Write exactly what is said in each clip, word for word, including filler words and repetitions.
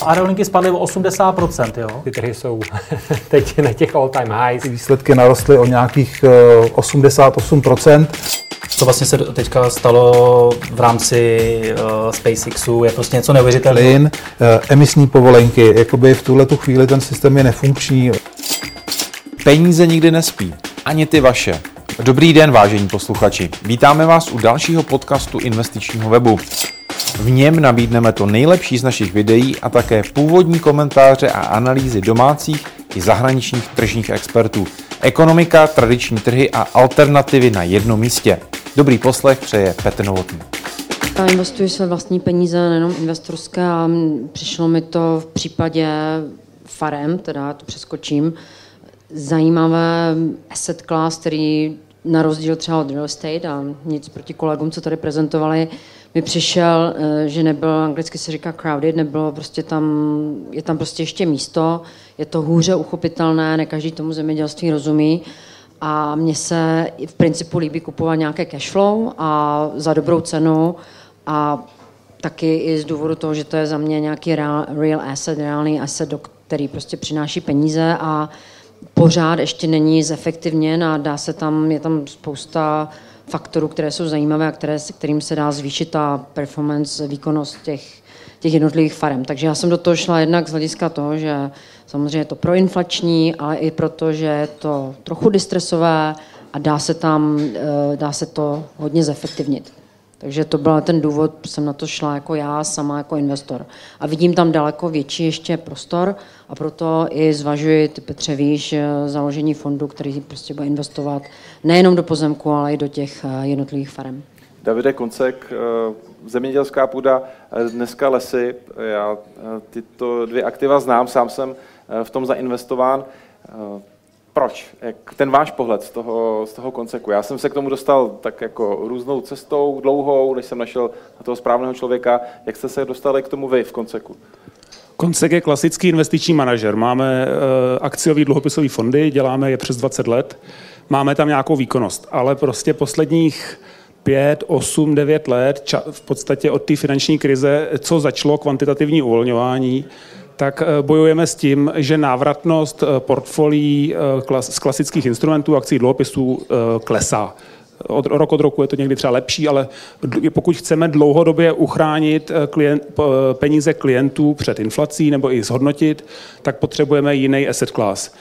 Aerolinky spadly o osmdesát procent, jo. Ty trhy jsou teď na těch all time highs. Ty výsledky narostly o nějakých osmdesát osm procent. Co vlastně se teďka stalo v rámci uh, SpaceXu, je prostě něco neuvěřitelného. Plyn, uh, emisní povolenky, jakoby v tuhletu chvíli ten systém je nefunkční. Peníze nikdy nespí, ani ty vaše. Dobrý den, vážení posluchači. Vítáme vás u dalšího podcastu investičního webu. V něm nabídneme to nejlepší z našich videí a také původní komentáře a analýzy domácích i zahraničních tržních expertů. Ekonomika, tradiční trhy a alternativy na jednom místě. Dobrý poslech přeje Petr Novotný. Já investuji své vlastní peníze, nejenom investorské, a přišlo mi to v případě farem, teda to přeskočím, zajímavé asset class, který na rozdíl třeba od real estate a nic proti kolegům, co tady prezentovali, mi přišel, že nebyl, anglicky se říká crowded, nebylo prostě tam, je tam prostě ještě místo, je to hůře uchopitelné, ne každý tomu zemědělství rozumí a mně se v principu líbí kupovat nějaké cash flow a za dobrou cenu a taky i z důvodu toho, že to je za mě nějaký real, real asset, reálný asset, který prostě přináší peníze a pořád ještě není zefektivněn a dá se tam, je tam spousta faktorů, které jsou zajímavé a které, kterým se dá zvýšit ta performance, výkonnost těch, těch jednotlivých farem. Takže já jsem do toho šla jednak z hlediska toho, že samozřejmě je to proinflační, ale i proto, že je to trochu distresové a dá se tam, dá se to hodně zefektivnit. Takže to byl ten důvod, jsem na to šla jako já, sama jako investor. A vidím tam daleko větší ještě prostor a proto i zvažuji, ty Petře víš, založení fondu, který prostě bude investovat nejenom do pozemku, ale i do těch jednotlivých farem. Davide Koncek, zemědělská půda, dneska lesy. Já tyto dvě aktiva znám, sám jsem v tom zainvestován. Proč? Jak ten váš pohled z toho, z toho Konceku? Já jsem se k tomu dostal tak jako různou cestou, dlouhou, než jsem našel na toho správného člověka. Jak jste se dostali k tomu vy v Konceku? Koncek je klasický investiční manažer. Máme uh, akciový dluhopisový fondy, děláme je přes dvacet let. Máme tam nějakou výkonnost, ale prostě posledních pět, osm, devět let, ča- v podstatě od té finanční krize, co začalo kvantitativní uvolňování, tak bojujeme s tím, že návratnost portfolií z klasických instrumentů, akcí, dluhopisů klesá. Od rok od roku je to někdy třeba lepší, ale pokud chceme dlouhodobě uchránit klient, peníze klientů před inflací nebo i zhodnotit, tak potřebujeme jiný asset class.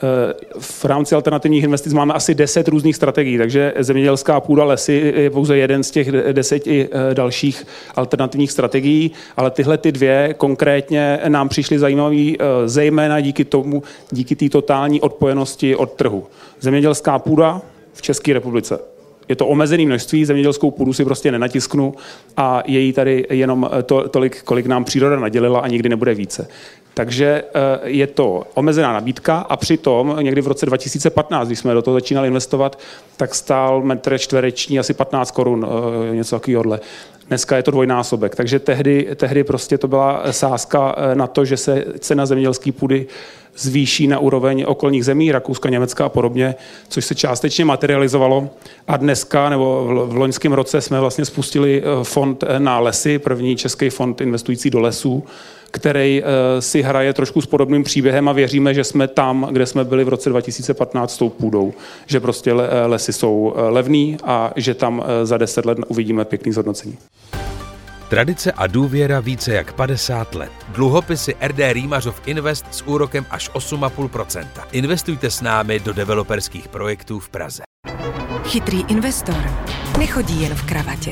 V rámci alternativních investic máme asi deset různých strategií, takže zemědělská půda, lesy je pouze jeden z těch deseti dalších alternativních strategií, ale tyhle ty dvě konkrétně nám přišly zajímavý zejména díky tomu, díky té totální odpojenosti od trhu. Zemědělská půda v České republice. Je to omezené množství, zemědělskou půdu si prostě nenatisknu a je jí tady jenom to, tolik, kolik nám příroda nadělila a nikdy nebude více. Takže je to omezená nabídka a přitom někdy v roce dva tisíce patnáct, když jsme do toho začínali investovat, tak stál metr čtvereční asi patnáct korun, něco takového. Dneska je to dvojnásobek, takže tehdy, tehdy prostě to byla sázka na to, že se cena zemědělské půdy zvýší na úroveň okolních zemí, Rakouska, Německa a podobně, což se částečně materializovalo. A dneska, nebo v loňském roce jsme vlastně spustili fond na lesy, první český fond investující do lesů, který si hraje trošku s podobným příběhem a věříme, že jsme tam, kde jsme byli v roce dva tisíce patnáct s tou půdou. Že prostě lesy jsou levný a že tam za deset let uvidíme pěkný zhodnocení. Tradice a důvěra více jak padesát let. Dluhopisy R D Rýmařov Invest s úrokem až osm celá pět procenta. Investujte s námi do developerských projektů v Praze. Chytrý investor nechodí jen v kravatě.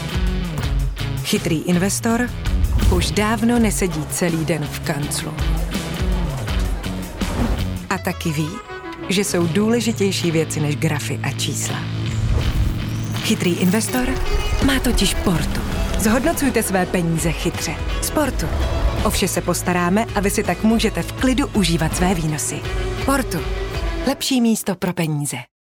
Chytrý investor už dávno nesedí celý den v kanclu. A taky ví, že jsou důležitější věci než grafy a čísla. Chytrý investor má totiž Portu. Zhodnocujte své peníze chytře. Sportu. O vše se postaráme a vy si tak můžete v klidu užívat své výnosy. Portu. Lepší místo pro peníze.